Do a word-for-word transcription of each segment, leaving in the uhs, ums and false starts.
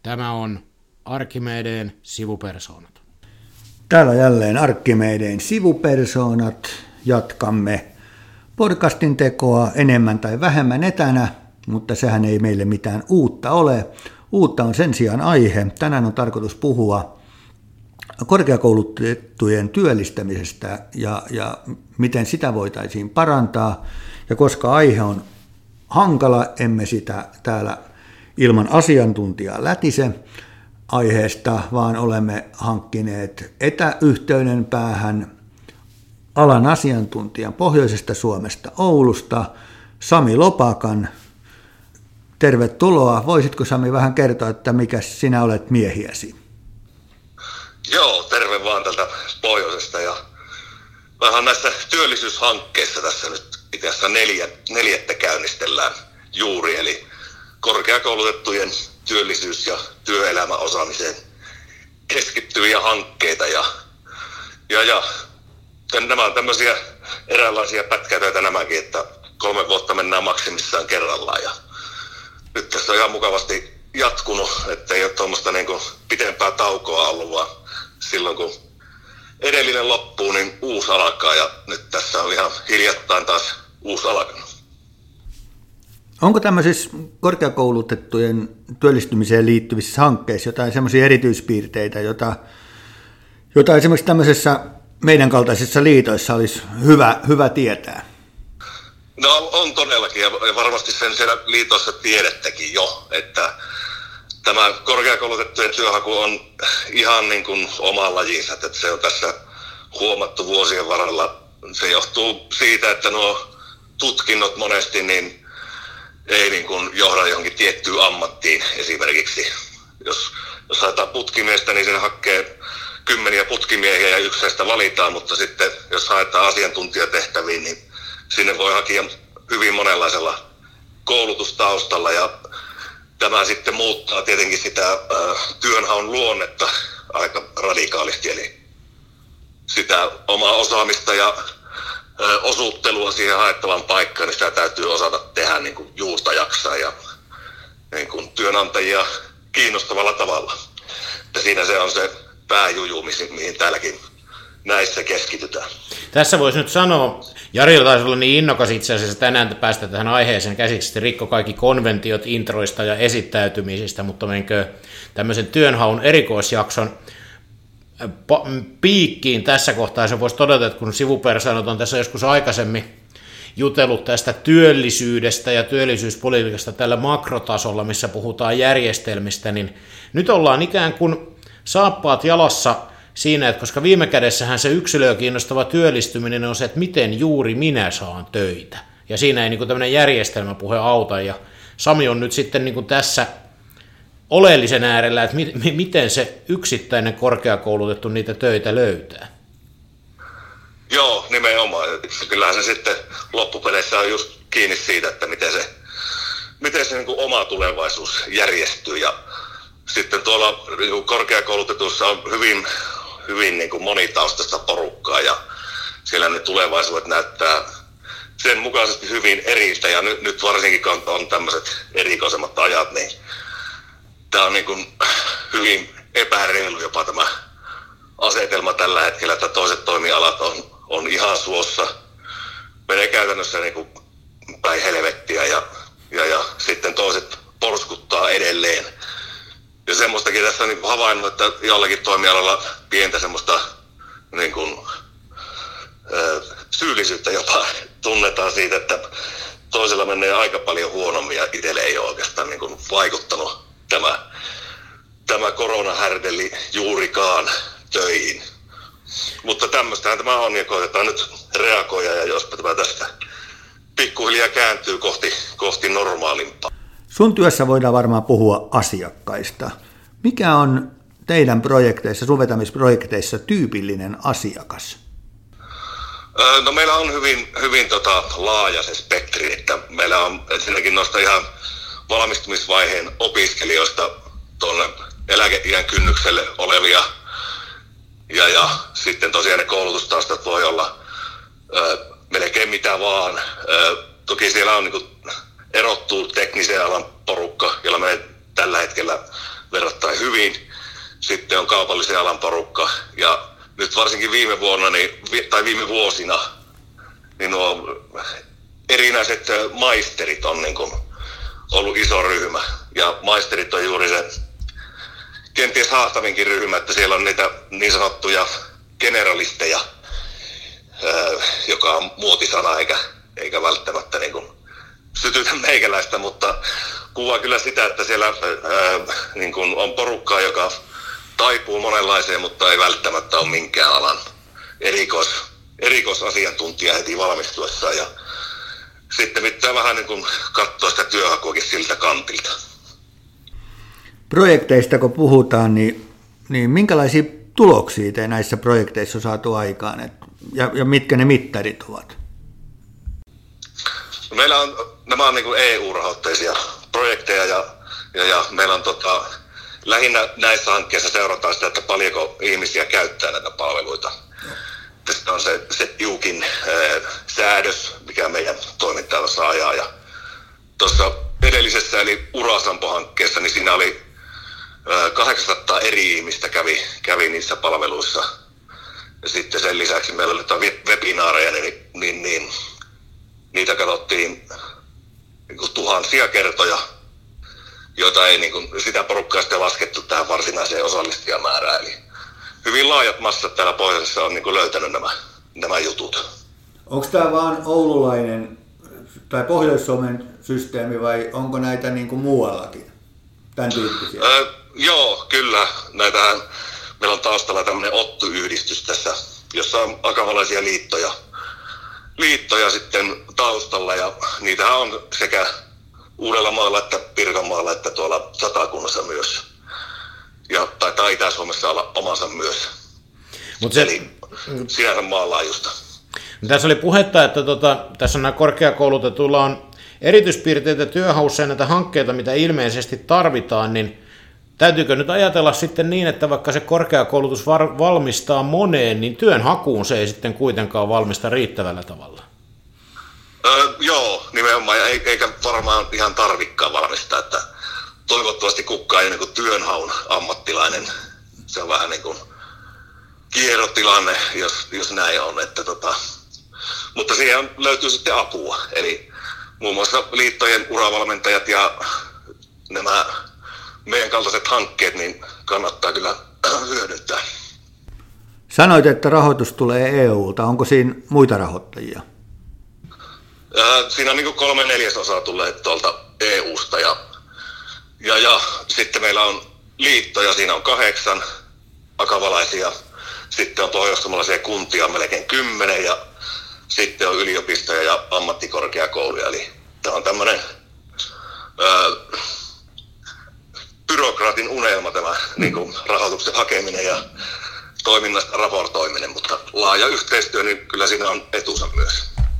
Tämä on Arkimedeen sivupersoonat. Täällä jälleen Arkimedeen sivupersoonat. Jatkamme podcastin tekoa enemmän tai vähemmän etänä, mutta sehän ei meille mitään uutta ole. Uutta on sen sijaan aihe. Tänään on tarkoitus puhua korkeakoulutettujen työllistämisestä ja, ja miten sitä voitaisiin parantaa. Ja koska aihe on hankala, emme sitä täällä ilman asiantuntijaa lätise aiheesta, vaan olemme hankkineet etäyhteyden päähän alan asiantuntijan pohjoisesta Suomesta Oulusta, Sami Lopakan. Tervetuloa. Voisitko Sami vähän kertoa, että mikä sinä olet miehiäsi? Joo, terve vaan tältä pohjoisesta ja vähän näissä työllisyyshankkeissa tässä nyt itse asiassa neljä, neljättä käynnistellään juuri, eli korkeakoulutettujen työllisyys- ja työelämäosaamiseen keskittyviä hankkeita ja, ja, ja nämä on tämmöisiä eräänlaisia pätkätöitä nämäkin, että kolme vuotta mennään maksimissaan kerrallaan ja nyt tässä on ihan mukavasti jatkunut, että ei ole tuommoista niin kuin pitempää taukoa ollut, vaan silloin kun edellinen loppuu, niin uusi alkaa ja nyt tässä on ihan hiljattain taas uusi alkanut. Onko tämmöisissä korkeakoulutettujen työllistymiseen liittyvissä hankkeissa jotain semmoisia erityispiirteitä, jota, jota esimerkiksi tämmöisessä meidän kaltaisissa liitoissa olisi hyvä, hyvä tietää? No on todellakin ja varmasti sen siellä liitossa tiedettekin jo, että tämä korkeakoulutettujen työhaku on ihan niin kuin oma lajinsa, että se on tässä huomattu vuosien varrella. Se johtuu siitä, että nuo tutkinnot monesti niin ei niin kuin johda johonkin tiettyyn ammattiin esimerkiksi. Jos, jos haetaan putkimiestä, niin siinä hakee kymmeniä putkimiehiä ja yksi heistä valitaan, mutta sitten jos haetaan asiantuntijatehtäviin, niin sinne voi hakea hyvin monenlaisella koulutustaustalla ja tämä sitten muuttaa tietenkin sitä äh, työnhaun luonnetta aika radikaalisti, eli sitä omaa osaamista ja äh, osuuttelua siihen haettavan paikkaan, niin sitä täytyy osata tehdä niin kuin juurta jaksaa ja niin kuin työnantajia kiinnostavalla tavalla. Ja siinä se on se pääjuju, mihin täälläkin näissä keskitytään. Tässä voisi nyt sanoa, Jarilla taisi olla niin innokas itse asiassa tänään, että päästä tähän aiheeseen käsiksi, että rikko kaikki konventiot introista ja esittäytymisistä, mutta menkö tämmöisen työnhaun erikoisjakson piikkiin tässä kohtaa. Se voisi todeta, että kun sivupersoonat on tässä joskus aikaisemmin jutellut tästä työllisyydestä ja työllisyyspolitiikasta tällä makrotasolla, missä puhutaan järjestelmistä, niin nyt ollaan ikään kuin saappaat jalassa siinä, että koska viime kädessähän se yksilöä kiinnostava työllistyminen on se, että miten juuri minä saan töitä. Ja siinä ei niin kuin tämmöinen järjestelmäpuhe auta. Ja Sami on nyt sitten niin kuin tässä oleellisen äärellä, että mi- mi- miten se yksittäinen korkeakoulutettu niitä töitä löytää. Joo, nimenomaan. Kyllähän se sitten loppupeleissä on just kiinni siitä, että miten se, miten se niin kuin oma tulevaisuus järjestyy. Ja sitten tuolla niin kuin korkeakoulutetussa on hyvin, hyvin niin kuin monitaustaista porukkaa ja siellä ne tulevaisuudet näyttää sen mukaisesti hyvin eriltä ja nyt, nyt varsinkin kun on tämmöiset erikoisemmat ajat, niin tämä on niin kuin hyvin epäreilu jopa tämä asetelma tällä hetkellä, että toiset toimialat on, on ihan suossa, menee käytännössä niin kuin päin helvettiä ja, ja, ja sitten toiset porskuttaa edelleen. Ja semmoistakin tässä on niin kuin havainnut, että jollakin toimialalla pientä semmoista niin kuin, ö, syyllisyyttä jopa tunnetaan siitä, että toisella menee aika paljon huonommin ja itselle ei ole oikeastaan niin kuin vaikuttanut tämä, tämä koronahärdeli juurikaan töihin. Mutta tämmöistähän tämä on ja koitetaan nyt reagoida ja jospa tämä tästä pikkuhiljaa kääntyy kohti, kohti normaalimpaa. Sun työssä voidaan varmaan puhua asiakkaista. Mikä on teidän projekteissa, sun vetämisprojekteissa tyypillinen asiakas? No meillä on hyvin, hyvin tota, laaja se spektri, että meillä on ensinnäkin noista ihan valmistumisvaiheen opiskelijoista tuonne eläkeiän kynnykselle olevia ja, ja sitten tosiaan ne koulutustaustat voi olla ö, melkein mitä vaan. Ö, toki siellä on niin kuin erottuu teknisen alan porukka, jolla me tällä hetkellä verrattain hyvin. Sitten on kaupallisen alan porukka ja nyt varsinkin viime vuonna niin, tai viime vuosina niin nuo erinäiset maisterit on niin kuin ollut iso ryhmä. Ja maisterit on juuri se kenties haastavinkin ryhmä, että siellä on niitä niin sanottuja generalisteja, joka on muotisana eikä, eikä välttämättä niin kuin sytytä meikäläistä, mutta kuvaa kyllä sitä, että siellä ää, niin kuin on porukkaa, joka taipuu monenlaiseen, mutta ei välttämättä ole minkään alan erikois, erikoisasiantuntija heti valmistuessaan. Ja sitten pitää vähän niin kuin katsoa sitä työhakuakin siltä kantilta. Projekteista kun puhutaan, niin, niin minkälaisia tuloksia te näissä projekteissa on saatu aikaan, et, ja, ja mitkä ne mittarit ovat? Meillä on, nämä on niin kuin E U-rahoitteisia projekteja ja, ja, ja meillä on tota, lähinnä näissä hankkeissa seurataan sitä, että paljonko ihmisiä käyttää näitä palveluita. Tässä on se, se tiukin ää, säädös, mikä meidän toimintaa ajaa. Ja tuossa edellisessä eli Urasampo-hankkeessa, niin siinä oli ää, kahdeksansataa eri ihmistä kävi, kävi niissä palveluissa. Ja sitten sen lisäksi meillä oli jotain webinaareja, niin, niin, niin niitä katsottiin niin kuin tuhansia kertoja, joita ei niin kuin, sitä porukkaa sitten laskettu tähän varsinaiseen osallistujamäärään. Eli hyvin laajat massat täällä pohjoisessa on niin kuin löytänyt nämä, nämä jutut. Onko tämä vaan oululainen tai Pohjois-Suomen systeemi vai onko näitä niin kuin muuallakin, tämän tyyppisiä? Öö, joo, kyllä. Näitähän, meillä on taustalla tämmöinen Ottu-yhdistys tässä, jossa on akavalaisia liittoja, liittoja sitten taustalla ja niitähän on sekä Uudellamaalla että Pirkanmaalla että tuolla Satakunnassa myös. Ja taitaa Itä-Suomessa olla omansa myös. Mut se, eli sinänsä maanlaajuista. Tässä oli puhetta, että tota, tässä on nämä korkeakoulutetuilla on erityispiirteitä työhaussa ja näitä hankkeita, mitä ilmeisesti tarvitaan, niin täytyykö nyt ajatella sitten niin, että vaikka se korkeakoulutus var- valmistaa moneen, niin työnhakuun se ei sitten kuitenkaan valmista riittävällä tavalla? Öö, joo, nimenomaan, ja eikä varmaan ihan tarvikkaan valmistaa, että toivottavasti kukaan ei niin kuin työnhaun ammattilainen. Se on vähän niin kuin kierrotilanne, jos, jos näin on. Että tota, mutta siihen löytyy sitten apua. Eli muun muassa liittojen uravalmentajat ja nämä meidän kaltaiset hankkeet niin kannattaa kyllä hyödyntää. Sanoit, että rahoitus tulee E U:lta. Onko siinä muita rahoittajia? Siinä on niin kuin kolme neljäsosaa tulee tuolta E U:sta ja, ja, ja sitten meillä on liittoja, siinä on kahdeksan akavalaisia, sitten on pohjoissuomalaisia kuntia melkein kymmenen ja sitten on yliopistoja ja ammattikorkeakouluja. Eli tämä on tämmöinen ää, byrokraatin unelma tämä niin kuin rahoituksen hakeminen ja toiminnasta raportoiminen, mutta laaja yhteistyö, niin kyllä siinä on etunsa myös.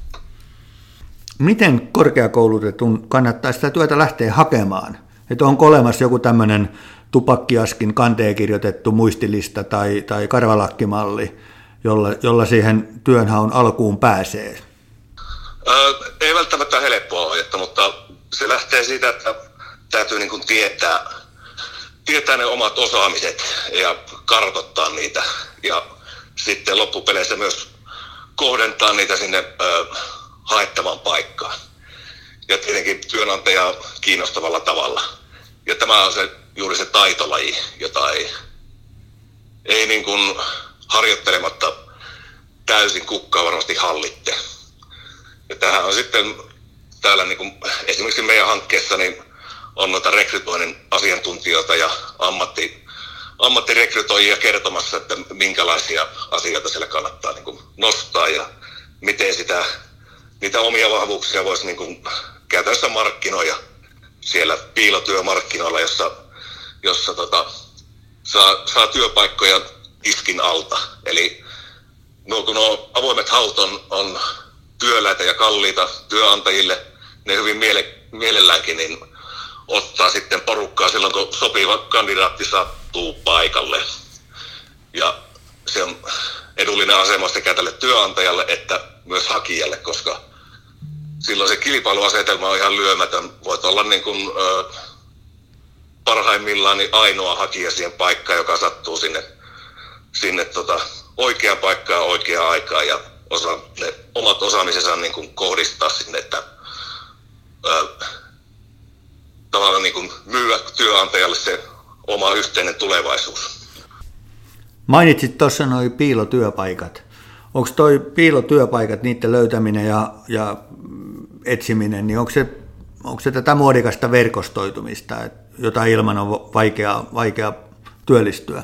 Miten korkeakoulutetun kannattaa sitä työtä lähteä hakemaan? Että onko olemassa joku tämmöinen tupakkiaskin kanteen kirjoitettu muistilista tai, tai karvalakkimalli, jolla, jolla siihen työnhaun alkuun pääsee? Öö, ei välttämättä helppoa ohjetta, mutta se lähtee siitä, että täytyy niin kuin tietää, tietää ne omat osaamiset ja kartoittaa niitä ja sitten loppupeleissä myös kohdentaa niitä sinne öö, haettavan paikkaan. Ja tietenkin työnantajaa kiinnostavalla tavalla. Ja tämä on se, juuri se taitolaji, jota ei, ei niin kuin harjoittelematta täysin kukkaa varmasti hallitte. Ja tämähän on sitten täällä niin kuin, esimerkiksi meidän hankkeessa niin on noita rekrytoinnin asiantuntijoita ja ammatti, ammattirekrytoijia kertomassa, että minkälaisia asioita siellä kannattaa niin kuin nostaa ja miten sitä niitä omia vahvuuksia voisi niin kuin käytännössä markkinoida siellä piilotyömarkkinoilla, jossa, jossa tota, saa, saa työpaikkoja iskin alta. Eli no, kun nuo avoimet haut on, on työläitä ja kalliita työnantajille, ne hyvin miele, mielelläänkin niin ottaa sitten porukkaa silloin, kun sopiva kandidaatti sattuu paikalle. Ja se on edullinen asema sekä tälle työnantajalle että myös hakijalle, koska silloin se kilpailuasetelma on ihan lyömätön. Voit olla niin kuin, ö, parhaimmillaan niin ainoa hakija siihen paikkaan, joka sattuu sinne, sinne tota, oikeaan paikkaan oikeaan aikaan ja osaa ne omat osaamisensa niin kuin kohdistaa sinne, että ää, tavallaan niin kuin myyä työnantajalle se oma yhteinen tulevaisuus. Mainitsit tuossa nuo piilotyöpaikat. Onko toi piilotyöpaikat, niiden löytäminen ja, ja etsiminen, niin onko se, onko se tätä muodikasta verkostoitumista, jota ilman on vaikea, vaikea työllistyä?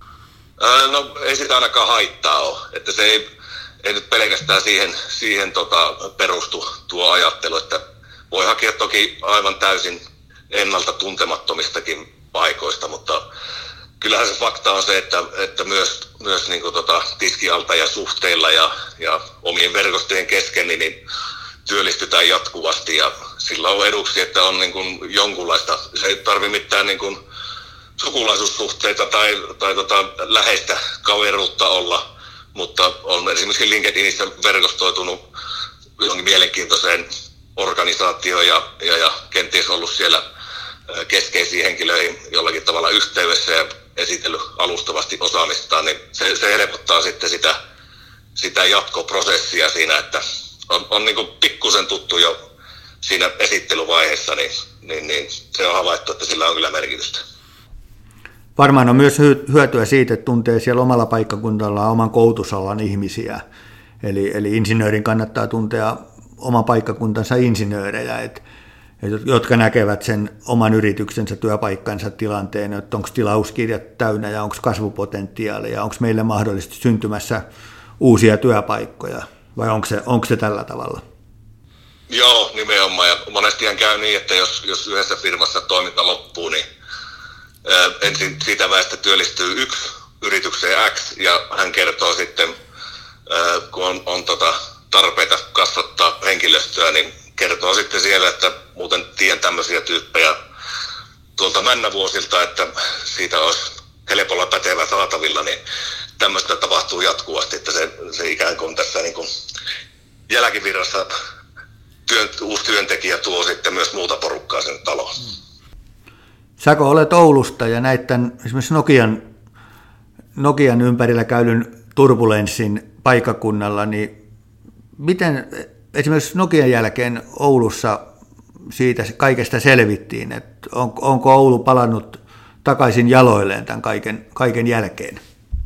Ää, no ei sitä ainakaan haittaa ole, että se ei, ei nyt pelkästään siihen, siihen tota, perustu tuo ajattelu, että voi hakea toki aivan täysin ennalta tuntemattomistakin paikoista, mutta kyllähän se fakta on se, että, että myös, myös niin kuin tota, tiskialta ja suhteilla ja, ja omien verkostojen kesken niin, niin työllistytään jatkuvasti ja sillä on eduksi, että on niin kuin jonkunlaista, se ei tarvitse mitään niin kuin sukulaisuussuhteita tai, tai tota, läheistä kaveruutta olla, mutta on esimerkiksi LinkedInissä verkostoitunut johonkin mielenkiintoiseen organisaatioon ja, ja, ja kenties ollut siellä keskeisiin henkilöihin jollakin tavalla yhteydessä ja esitellyt alustavasti osaamistaan, niin se, se helpottaa sitten sitä, sitä jatkoprosessia siinä, että on, on niin kuin pikkusen tuttu jo siinä esittelyvaiheessa, niin, niin, niin se on havaittu, että sillä on kyllä merkitystä. Varmaan on myös hyötyä siitä, että tuntee siellä omalla paikkakunnallaan oman koulutusalan ihmisiä. Eli, eli insinöörin kannattaa tuntea oman paikkakuntansa insinöörejä, et, et, jotka näkevät sen oman yrityksensä, työpaikkansa tilanteen, että onko tilauskirjat täynnä ja onko kasvupotentiaalia ja onko meille mahdollisesti syntymässä uusia työpaikkoja, vai onko se, onko se tällä tavalla? Joo, nimenomaan. Ja monestihan käy niin, että jos, jos yhdessä firmassa toiminta loppuu, niin ää, ensin siitä väestä työllistyy yksi yritykseen X, ja hän kertoo sitten, ää, kun on, on tota, tarpeita kasvattaa henkilöstöä, niin kertoo sitten siellä, että muuten tiedän tämmöisiä tyyppejä tuolta männävuosilta, että siitä olisi helpolla pätevä saatavilla, niin tämmöistä tapahtuu jatkuvasti, että se, se ikään kuin tässä niin kuin jälkivirrassa työn, uusi työntekijä tuo sitten myös muuta porukkaa sen taloon. Sä kun olet Oulusta ja näit tämän esimerkiksi Nokian, Nokian ympärillä käydyn turbulenssin paikkakunnalla, niin miten esimerkiksi Nokian jälkeen Oulussa siitä kaikesta selvittiin, että on, onko Oulu palannut takaisin jaloilleen tämän kaiken, kaiken jälkeen?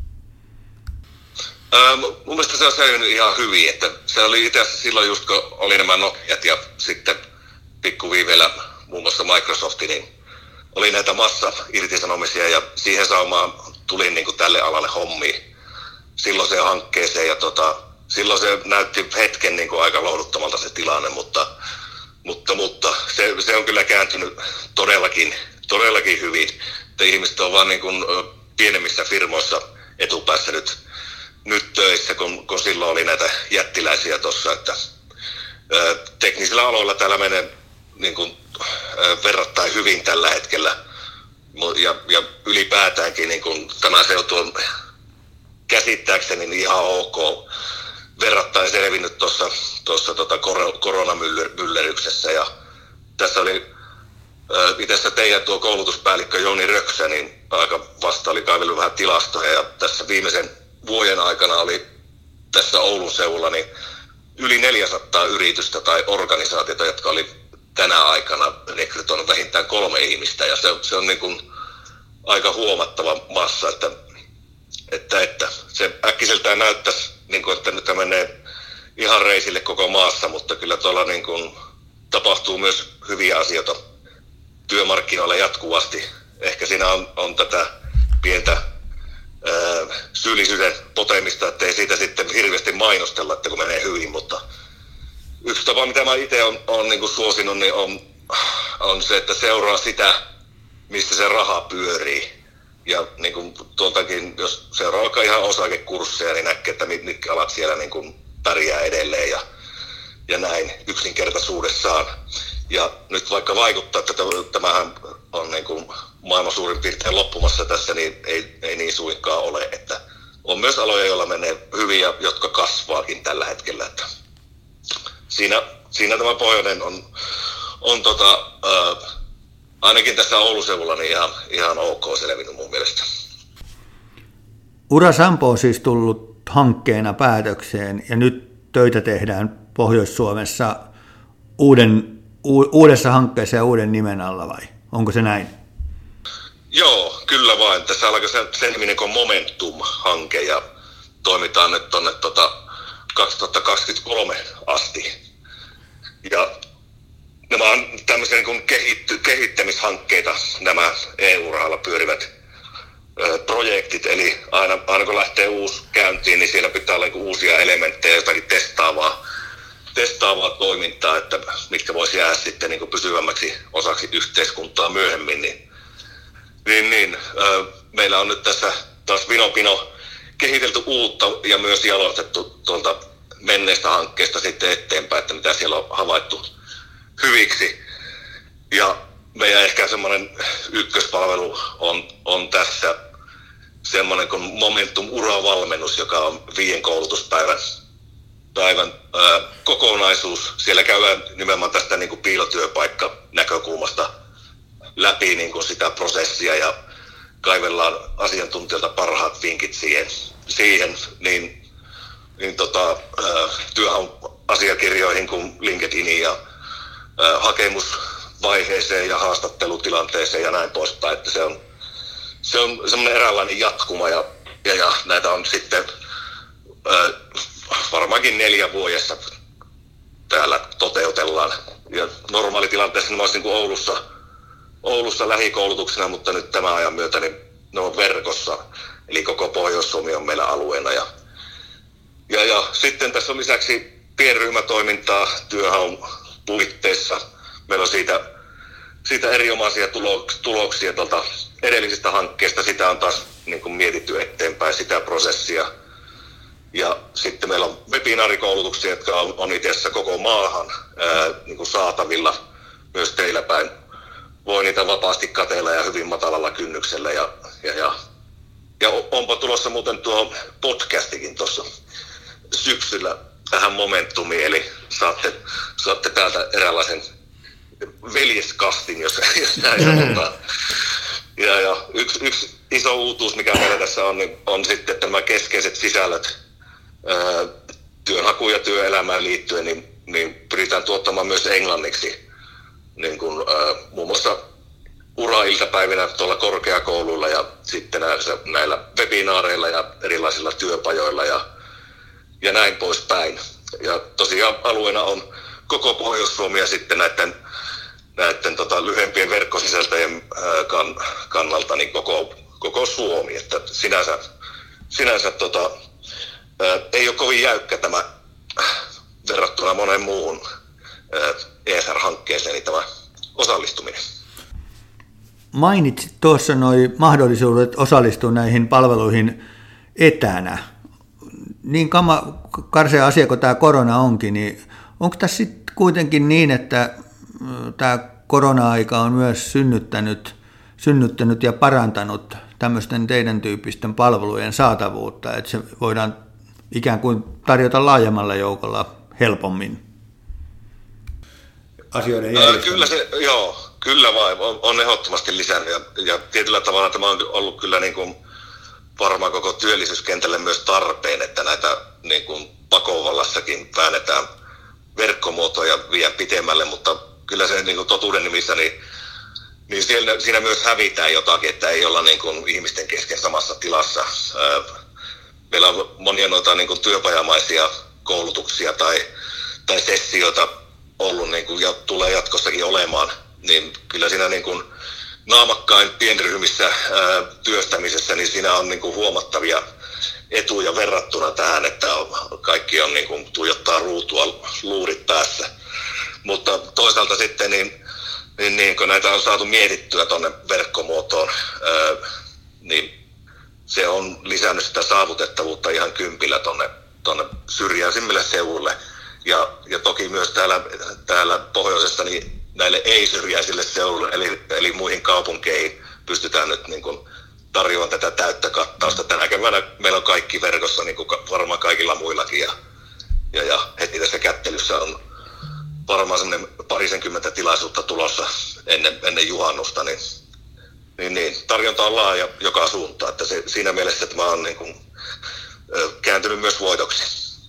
Ää, mun mielestä se on selvinnyt ihan hyvin, että se oli itse asiassa silloin just kun oli nämä Nokiat ja sitten pikkuviiveellä muun muassa Microsofti, niin oli näitä massa-irtisanomisia ja siihen saumaan tulin niin kuin tälle alalle hommiin silloiseen hankkeeseen ja tota, silloin se näytti hetken niin kuin aika lohduttomalta se tilanne, mutta, mutta, mutta se, se on kyllä kääntynyt todellakin, todellakin hyvin, että ihmiset on vaan niin kuin pienemmissä firmoissa etupäässä nyt nyt töissä, kun, kun silloin oli näitä jättiläisiä tuossa, että ö, teknisillä aloilla täällä menee niin kuin, ö, verrattain hyvin tällä hetkellä ja, ja ylipäätäänkin niin kuin, tämä seutu on käsittääkseni niin ihan ok verrattain selvinnyt tuossa, tuossa tota kor- koronamyllerryksessä ja tässä oli ö, itse teidän tuo koulutuspäällikkö Jouni Röksä, niin aika vasta oli kaivellut vähän tilastoja ja tässä viimeisen vuoden aikana oli tässä Oulun seudulla niin yli neljäsataa yritystä tai organisaatiota, jotka oli tänä aikana rekrytoinut vähintään kolme ihmistä. Ja se, se on niin kuin aika huomattava massa, että, että, että se äkkiseltään näyttäisi, niin kuin, että nyt menee ihan reisille koko maassa, mutta kyllä tuolla niin kuin tapahtuu myös hyviä asioita työmarkkinoilla jatkuvasti. Ehkä siinä on, on tätä pientä syyllisyyden potemista, ettei siitä sitten hirveästi mainostella, että kun menee hyvin, mutta yksi tapa, mitä mä itse olen, olen niin kuin suosinut, niin on, on se, että seuraa sitä, mistä se raha pyörii. Ja niin kuin tuoltakin, jos seuraa vaikka ihan osakekursseja, niin näkee, että mitkä alat siellä niin kuin pärjää edelleen ja, ja näin yksinkertaisuudessaan. Ja nyt vaikka vaikuttaa, että tämähän on niin kuin maailman suurin piirtein loppumassa tässä, niin ei, ei niin suinkaan ole. Että on myös aloja, joilla menee hyvin ja jotka kasvaakin tällä hetkellä. Että siinä, siinä tämä pohjoinen on, on tota, äh, ainakin tässä Oulun seudulla niin ihan, ihan ok selvinnyt mun mielestä. Ura Sampo on siis tullut hankkeena päätökseen ja nyt töitä tehdään Pohjois-Suomessa uuden, u, uudessa hankkeessa ja uuden nimen alla vai onko se näin? Joo, kyllä vain. Tässä alkoi sen nimi kuin Momentum-hanke ja toimitaan nyt tuonne tota kaksituhattakaksikymmentäkolme asti. Ja nämä on tämmöisiä niin kuin kehitty, kehittämishankkeita, nämä E U-rahalla pyörivät ö, projektit. Eli aina, aina kun lähtee uusi käyntiin, niin siellä pitää olla niin kuin uusia elementtejä, jotakin testaavaa, testaavaa toimintaa, että mitkä voisi jäädä sitten niin kuin pysyvämmäksi osaksi yhteiskuntaa myöhemmin. Niin, niin, niin ö, meillä on nyt tässä taas vinopino kehitelty uutta ja myös jalostettu tuolta menneistä hankkeista sitten eteenpäin, että mitä siellä on havaittu hyviksi. Ja meidän ehkä semmoinen ykköspalvelu on, on tässä semmoinen kuin Momentum Uravalmennus, joka on viiden koulutuspäivän päivän, ää, kokonaisuus. Siellä käydään nimenomaan tästä niin kuin piilotyöpaikka-näkökulmasta läpi niin kuin sitä prosessia ja kaivellaan asiantuntijoilta parhaat vinkit siihen, siihen niin, niin tota, työhaun asiakirjoihin kuin LinkedIniin ja ää, hakemusvaiheeseen ja haastattelutilanteeseen ja näin poispäin, että se on, se on semmoinen eräänlainen jatkuma ja, ja, ja näitä on sitten ää, varmaankin neljä vuodessa täällä toteutellaan ja normaalitilanteessa ne olisi niin kuin Oulussa Oulussa lähikoulutuksena, mutta nyt tämän ajan myötä niin ne on verkossa, eli koko Pohjois-Suomi on meillä alueena. Ja, ja, ja sitten tässä on lisäksi pienryhmätoimintaa työhaun puitteissa. Meillä on siitä, siitä erinomaisia tuloksia tuolta edellisistä hankkeista. Sitä on taas niin kuin mietitty eteenpäin, sitä prosessia. Ja sitten meillä on webinaarikoulutuksia, jotka on, on itse asiassa koko maahan ää, niin kuin saatavilla myös teillä päin. Voi niitä vapaasti kateilla ja hyvin matalalla kynnyksellä. Ja, ja, ja, ja onpa tulossa muuten tuo podcastikin tuossa syksyllä tähän Momentumiin. Eli saatte, saatte täältä eräänlaisen veljeskastin, jos, jos näin sanotaan. Ja, ja yksi, yksi iso uutuus, mikä meillä tässä on, niin on sitten nämä keskeiset sisällöt ää, työnhakuun ja työelämään liittyen, niin, niin pyritään tuottamaan myös englanniksi. Niin kuin, äh, muun muassa ura-iltapäivinä tuolla korkeakouluilla ja sitten näillä, näillä webinaareilla ja erilaisilla työpajoilla ja, ja näin poispäin. Ja tosiaan alueena on koko Pohjois-Suomi ja sitten näiden, näiden tota, lyhyempien verkkosisältöjen äh, kan, kannalta niin koko, koko Suomi. Että sinänsä sinänsä tota, äh, ei ole kovin jäykkä tämä verrattuna moneen muuhun äh, E S R-hankkeeseen, niin tämä osallistuminen. Mainitsit tuossa noi mahdollisuudet osallistua näihin palveluihin etänä. Niin kama, karsea asia kuin tämä korona onkin, niin onko tässä sitten kuitenkin niin, että tämä korona-aika on myös synnyttänyt, synnyttänyt ja parantanut tämmöisten teidän tyyppisten palvelujen saatavuutta, että se voidaan ikään kuin tarjota laajemmalla joukolla helpommin? Asioiden järjestäminen. Kyllä se, joo, kyllä vain, on, on ehdottomasti lisännyt ja, ja tietyllä tavalla tämä on ollut kyllä niin kuin varmaan koko työllisyyskentälle myös tarpeen, että näitä niin kuin pakovallassakin väännetään verkkomuotoja vielä pitemmälle, mutta kyllä se niin kuin totuuden nimissä, niin, niin siellä, siinä myös hävitään jotakin, että ei olla niin kuin ihmisten kesken samassa tilassa. Meillä on monia noita niin kuin työpajamaisia koulutuksia tai, tai sessioita ollut niin kuin, ja tulee jatkossakin olemaan, niin kyllä siinä niin kuin naamakkain pienryhmissä ää, työstämisessä, niin siinä on niin kuin huomattavia etuja verrattuna tähän, että on, kaikki on niin kuin tuijottaa ruutua luurit päässä. Mutta toisaalta sitten, niin, niin, niin kun näitä on saatu mietittyä tuonne verkkomuotoon, ää, niin se on lisännyt sitä saavutettavuutta ihan kympillä tuonne tuonne syrjäisimmille seuduille. Ja, ja toki myös täällä, täällä pohjoisessa niin näille ei-syrjäisille seuduille, eli, eli muihin kaupunkeihin pystytään nyt niin kuin tarjoamaan tätä täyttä kattausta. Tänä keväänä meillä on kaikki verkossa, niin kuin varmaan kaikilla muillakin. Ja, ja, ja heti tässä kättelyssä on varmaan sellainen parisenkymmentä tilaisuutta tulossa ennen, ennen juhannusta, niin, niin, niin tarjonta on laaja joka suuntaan, että se, siinä mielessä että mä oon niin kuin, kääntynyt myös voitoksi.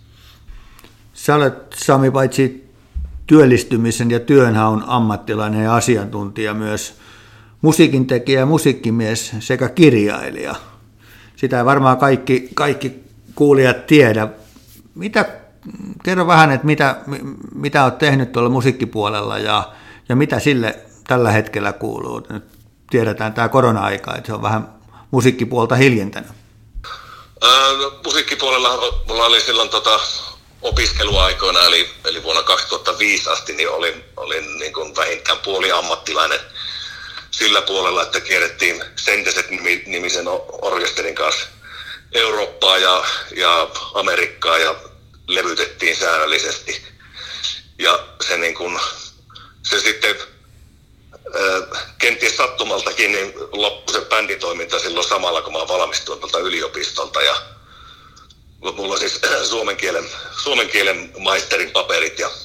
Sä olet, Sami, paitsi työllistymisen ja työnhaun ammattilainen ja asiantuntija, myös musiikintekijä, musiikkimies sekä kirjailija. Sitä ei varmaan kaikki, kaikki kuulijat tiedä. Mitä, kerro vähän, että mitä, mitä olet tehnyt tuolla musiikkipuolella ja, ja mitä sille tällä hetkellä kuuluu. Nyt tiedetään tämä korona-aika, että se on vähän musiikkipuolta hiljentänyt. Ää, no, musiikkipuolella mulla oli silloin tota, opiskeluaikoina, eli, eli vuonna kaksituhattaviisi asti, niin olin, olin niin kuin vähintään puoli ammattilainen sillä puolella, että kierrettiin Senteset-nimisen orkesterin kanssa Eurooppaa ja, ja Amerikkaa ja levytettiin säännöllisesti. Ja se, niin kun, se sitten äh, kenties sattumaltakin niin loppui se bänditoiminta silloin samalla, kun mä valmistuin tuolta yliopistolta. Ja mulla on siis suomen kielen, suomen kielen maisterin paperit. Ja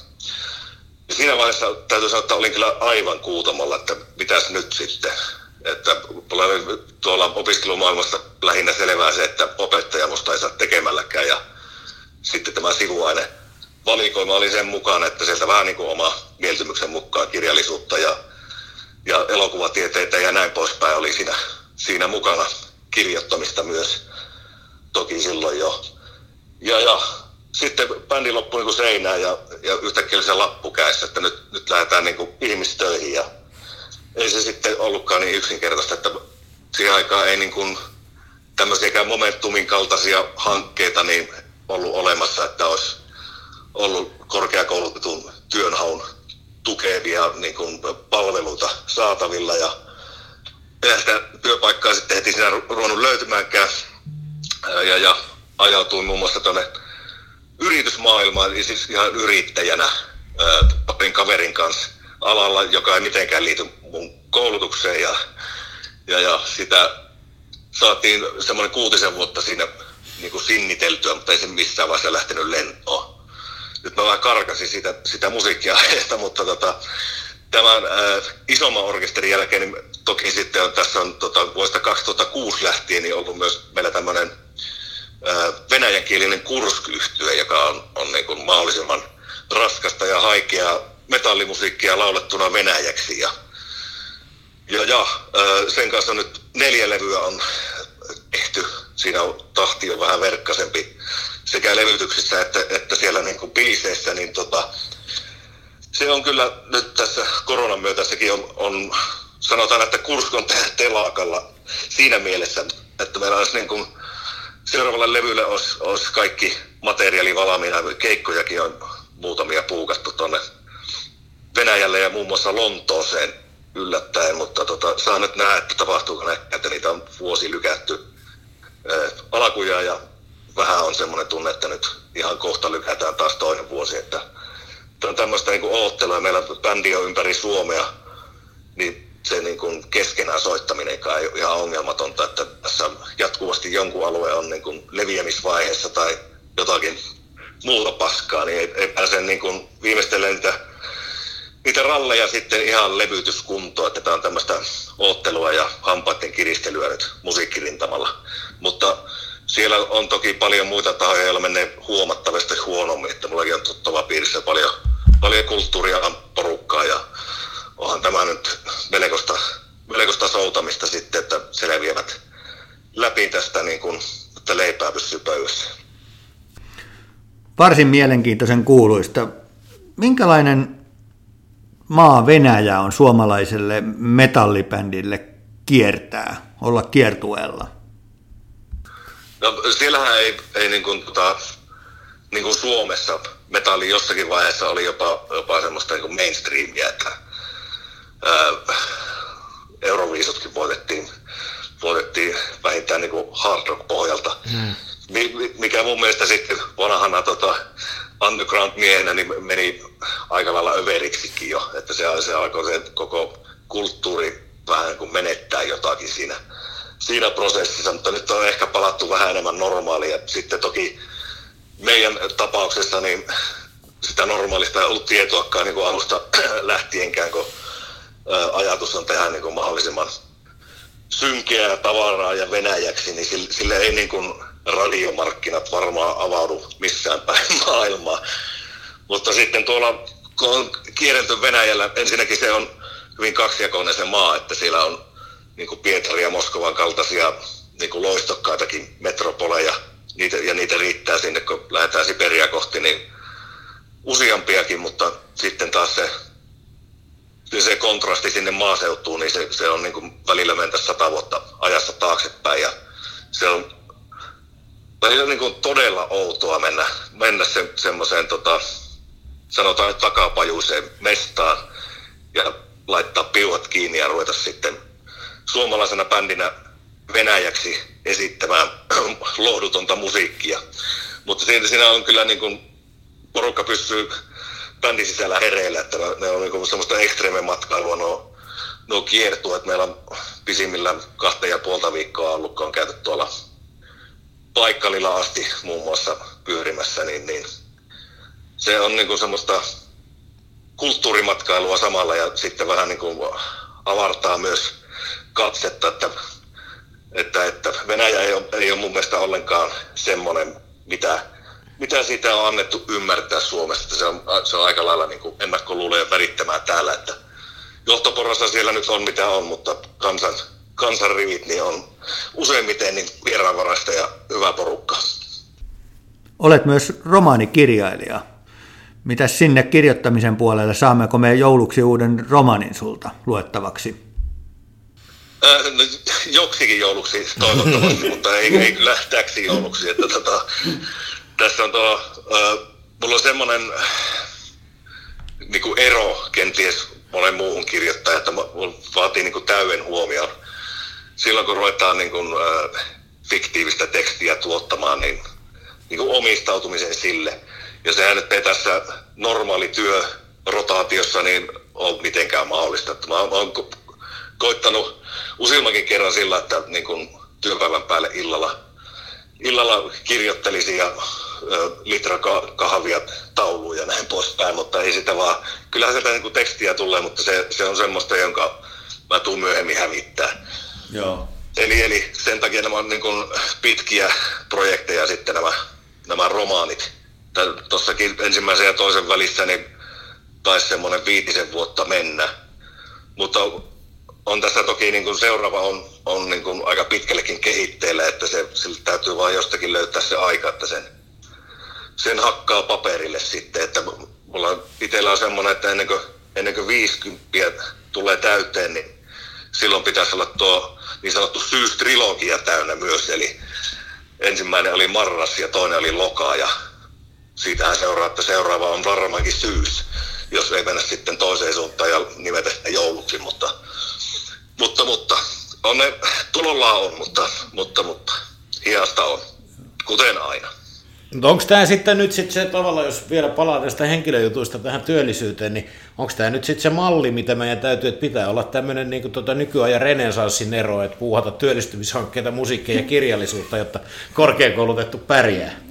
siinä vaiheessa täytyy sanoa, että olin kyllä aivan kuutamolla, että mitäs nyt sitten. Että tuolla opiskelumaailmassa lähinnä selvää se, että opettaja musta ei saa tekemälläkään. Ja sitten tämä sivuaine valikoima oli sen mukaan, että sieltä vähän niin kuin oma mieltymyksen mukaan kirjallisuutta ja, ja elokuvatieteitä ja näin poispäin oli siinä, siinä mukana, kirjoittamista myös toki silloin jo. Ja, ja sitten bändi loppui niin kuin seinään ja, ja yhtäkkiä oli se lappu kädessä, että nyt, nyt lähdetään niin kuin ihmistöihin. Ja ei se sitten ollutkaan niin yksinkertaista, että siihen aikaan ei niin kuin tämmöisiäkään Momentumin kaltaisia hankkeita niin ollut olemassa, että olisi ollut korkeakoulutetun työnhaun tukevia niin kuin palveluita saatavilla. Ja eihän sitä työpaikkaa sitten heti siinä ruvennut löytymäänkään. Ja, ja ajautuin muun muassa tuonne yritysmaailmaan, siis ihan yrittäjänä parin kaverin kanssa alalla, joka ei mitenkään liity mun koulutukseen. Ja, ja, ja sitä saatiin semmoinen kuutisen vuotta siinä niin kuin sinniteltyä, mutta ei se missään vaiheessa lähtenyt lentoon. Nyt mä vähän karkasin sitä, sitä musiikkiaiheesta, mutta tota, tämän äh, isomman orkesterin jälkeen, niin toki sitten on, tässä on tota, vuodesta kaksituhattakuusi lähtien niin ollut myös meillä tämmöinen äh, venäjänkielinen Kursk-yhtye, joka on, on niin kuin mahdollisimman raskasta ja haikeaa metallimusiikkia laulettuna venäjäksi. Ja, ja, ja äh, sen kanssa nyt neljä levyä on tehty. Siinä on tahti on vähän verkkaisempi sekä levytyksissä että, että siellä niin kuin biiseissä, niin tota, se on kyllä nyt tässä koronan myötä sekin on, on sanotaan, että Kursk on telakalla siinä mielessä, että meillä olisi niin kuin seuraavalle levylle olisi, olisi kaikki materiaali valmiina, keikkojakin on muutamia puukattu tuonne Venäjälle ja muun muassa Lontooseen yllättäen, mutta tota, saa nyt nähdä, että tapahtuuko näin, että niitä on vuosi lykätty alkujaan ja vähän on semmoinen tunne, että nyt ihan kohta lykätään taas toinen vuosi, että on tämmöistä niin kuin oottelua. Meillä bändi on ympäri Suomea, niin se niin kuin keskenään soittaminenkaan ei ole ihan ongelmatonta, että tässä jatkuvasti jonkun alue on niin kuin leviämisvaiheessa tai jotakin muuta paskaa, niin ei, ei pääse niin kuin viimeistellen niitä, niitä ralleja sitten ihan levytyskuntoon, että tämä on tämmöistä oottelua ja hampaiden kiristelyä nyt musiikkirintamalla. Mutta siellä on toki paljon muita tahoja, joilla menee huomattavasti huonommin, että mullakin on tuttava piirissä paljon, paljon kulttuuria porukkaa ja onhan tämä nyt melkoista, melkoista soutamista sitten, että selviävät läpi tästä niin kuin, että leipää pysyy pöydässä. Varsin mielenkiintoisen kuuluista. Minkälainen maa Venäjä on suomalaiselle metallibändille kiertää, olla kiertueella? No siellähän ei, ei niin kuin, tota, niin kuin Suomessa metalli jossakin vaiheessa oli jopa, jopa semmoista niin kuin mainstreamia, että ää, Euroviisutkin voitettiin, voitettiin vähintään niin kuin hard rock pohjalta, mm. mikä mun mielestä sitten vanhana tota, underground-miehenä niin meni aika lailla överiksikin jo, että se, se alkoi se koko kulttuuri vähän kuin menettää jotakin siinä. Siinä prosessissa, mutta nyt on ehkä palattu vähän enemmän normaalia. Sitten toki meidän tapauksessa niin sitä normaalista ei ollut tietoakaan niin kuin alusta lähtienkään, kun ää, ajatus on tehdä niin kuin mahdollisimman synkeää tavaraa ja venäjäksi, niin sille, sille ei niin kuin radiomarkkinat varmaan avaudu missään päin maailmaa. Mutta sitten tuolla, kun on kierrelty Venäjällä, ensinnäkin se on hyvin kaksijakoinen se maa, että siellä on niin kuin Pietarin ja Moskovan kaltaisia niin kuin loistokkaitakin metropoleja, niitä, ja niitä riittää sinne, kun lähdetään Siperiaa kohti, niin useampiakin, mutta sitten taas se, se kontrasti sinne maaseutuun, niin se, se on niin kuin välillä mentä sata vuotta ajassa taaksepäin, ja se on välillä niin kuin todella outoa mennä, mennä se, semmoiseen tota, sanotaan takapajuiseen mestaan ja laittaa piuhat kiinni ja ruveta sitten suomalaisena bändinä venäjäksi esittämään lohdutonta musiikkia. Mutta siinä, siinä on kyllä niin kuin porukka pysyy bändin sisällä hereillä, että ne on niin kuin semmoista ekstreeme matkailua nuo, nuo kiertueet. Meillä on pisimmillään kahta ja puolta viikkoa ollut, kun on käyty tuolla Paikkalilla asti muun muassa pyörimässä, niin, niin se on niin kuin semmoista kulttuurimatkailua samalla ja sitten vähän niin kuin avartaa myös katsetta, että, että, että Venäjä ei ole, ei ole mun mielestä ollenkaan semmoinen, mitä, mitä siitä on annettu ymmärtää Suomesta. Se on, se on aika lailla niin kuin ennakkoluulojen värittämään täällä, että johtoporrassa siellä nyt on mitä on, mutta kansan, kansan rivit niin on useimmiten niin vieraanvaraista ja hyvä porukka. Olet myös romaanikirjailija. Mitäs sinne kirjoittamisen puolelle, saammeko me jouluksi uuden romanin sulta luettavaksi? Äh, no, joksikin jouluksi toivottavasti, mutta ei, ei kyllä täksi jouluksi. Että, tota, tässä on tuo, äh, mulla on semmoinen niin kuin ero kenties monen muuhun kirjoittajan, että vaatii niin kuin täyden huomioon. Silloin kun ruvetaan niin kuin, äh, fiktiivistä tekstiä tuottamaan, niin, niin kuin omistautumisen sille. Ja sehän nyt ei tässä normaali työrotaatiossa niin ole mitenkään mahdollista. Mä oon ko- koittanut useammankin kerran sillä, että niin kun työpäivän päälle illalla, illalla kirjoittelisin ja ö, litra ka- kahvia tauluun ja näin poispäin, mutta ei sitä vaan, kyllähän sieltä niin kun tekstiä tulee, mutta se, se on semmoista, jonka mä tuun myöhemmin hävittää. Joo. Eli, eli sen takia nämä on niin kun pitkiä projekteja sitten nämä, nämä romaanit. Tuossakin ensimmäisen ja toisen välissä niin taisi semmoinen viitisen vuotta mennä, mutta on tässä toki niin kuin seuraava on, on niin kuin aika pitkällekin kehitteillä, että se, sillä täytyy vaan jostakin löytää se aika, että sen, sen hakkaa paperille sitten, että mulla itsellä on semmoinen, että ennen kuin, ennen kuin viisikymppiä tulee täyteen, niin silloin pitäisi olla tuo niin sanottu syystrilogia täynnä myös, eli ensimmäinen oli marras ja toinen oli loka ja siitähän seuraa, että seuraava on varmaankin syys, jos ei mennä sitten toiseen suuntaan ja nimetä sitä jouluksi, mutta, mutta, mutta on ne, tulollaan on, mutta, mutta, mutta hiasta on, kuten aina. Mutta onko tämä sitten nyt sit se tavalla, jos vielä palaa tästä henkilöjutuista tähän työllisyyteen, niin onko tämä nyt sitten se malli, mitä meidän täytyy, että pitää olla tämmöinen niin tota nykyajan renessanssin ero, että puuhata työllistymishankkeita, musiikkia ja kirjallisuutta, jotta korkeakoulutettu pärjää?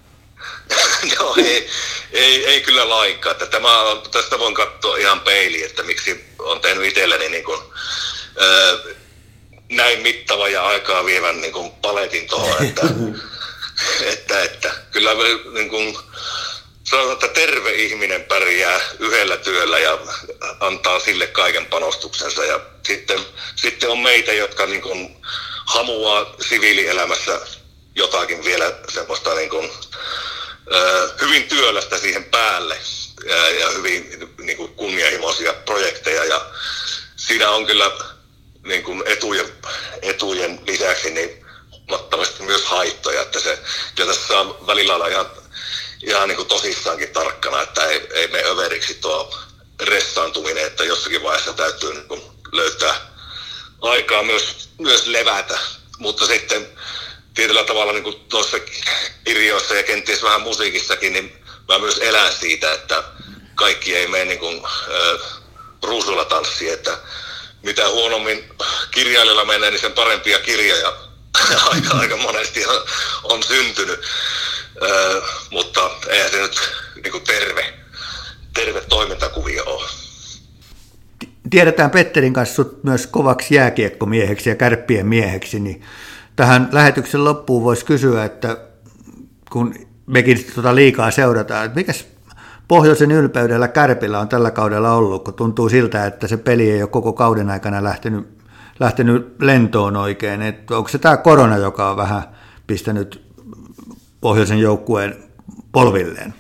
Joo, ei, ei, ei kyllä lainkaan. Että tämä, tästä voin katsoa ihan peiliin, että miksi olen tehnyt itselleni niin kuin, ää, näin mittava ja aikaa vievän niin kuin paletin tuohon, että, että, että kyllä niin kuin, sanotaan, että terve ihminen pärjää yhdellä työllä ja antaa sille kaiken panostuksensa. Ja sitten, sitten on meitä, jotka niin kuin, hamuaa siviilielämässä jotakin vielä semmoista niin kuin, hyvin työlästä siihen päälle ja, ja hyvin niin kuin kunnianhimoisia projekteja ja siinä on kyllä niin kuin etujen, etujen lisäksi niin huomattavasti myös haittoja, että se ja tässä on välillä olla ihan, ihan niin kuin tosissaankin tarkkana, että ei, ei mene överiksi tuo ressaantuminen, että jossakin vaiheessa täytyy niin kuin löytää aikaa myös, myös levätä, mutta sitten tietyllä tavalla niin kuin tuossa kirjoissa ja kenties vähän musiikissakin, niin mä myös elän siitä, että kaikki ei mene niin kuin äh, ruusulla tanssiin, että mitä huonommin kirjailijalla menee, niin sen parempia kirjoja aika, aika monesti on, on syntynyt, äh, mutta eihän se nyt niin kuin terve, tiedetään Petterin kanssa sut myös kovaksi jääkiekkomieheksi ja Kärppien mieheksi, niin tähän lähetyksen loppuun voisi kysyä, että kun mekin tuota liikaa seurataan, että mikäs pohjoisen ylpeydellä Kärpillä on tällä kaudella ollut, kun tuntuu siltä, että se peli ei ole koko kauden aikana lähtenyt, lähtenyt lentoon oikein. Että onko se tämä korona, joka on vähän pistänyt pohjoisen joukkueen polvilleen?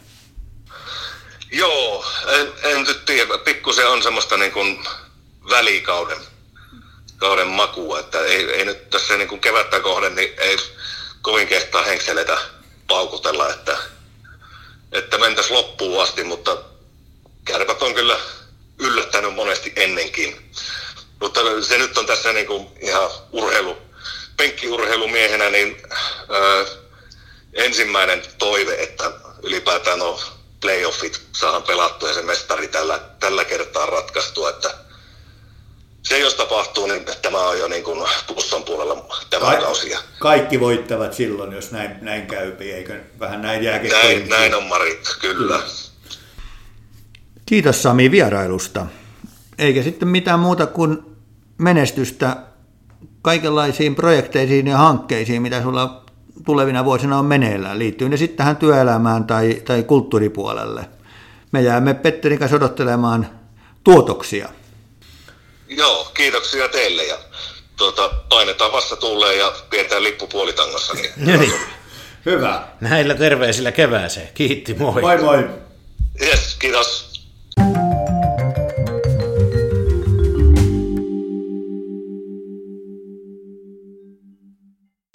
Joo, en, en nyt tiedä. Pikkusen on semmoista niin kuin välikauden kauden makua, että ei, ei nyt tässä niin kuin kevättä kohden niin ei kovin kehtaa henkseleitä paukutella, että, että mentäisiin loppuun asti, mutta Kärpät on kyllä yllättänyt monesti ennenkin. Mutta se nyt on tässä niin kuin ihan urheilu, penkkiurheilumiehenä niin ö, ensimmäinen toive, että ylipäätään no playoffit saadaan pelattua ja se mestari tällä, tällä kertaa ratkaistua, että se jos tapahtuu, niin tämä on jo niin kuin plussan puolella tämä Ka- kausi. Kaikki voittavat silloin, jos näin, näin käypi, eikö vähän näin jääkin? Näin, näin on Marit, kyllä. kyllä. Kiitos Sami vierailusta. Eikä sitten mitään muuta kuin menestystä kaikenlaisiin projekteisiin ja hankkeisiin, mitä sulla tulevina vuosina on meneillään. Liittyy ne sitten tähän työelämään tai, tai kulttuuripuolelle. Me jäämme Petterin kanssa odottelemaan tuotoksia. Joo, kiitoksia teille ja tuota, painetaan vasta tulleen ja pidetään lippu puolitangossa. Niin, niin. Hyvä. Näillä terveisillä kevääseen. Kiitti, moi. Moi moi. Yes, kiitos.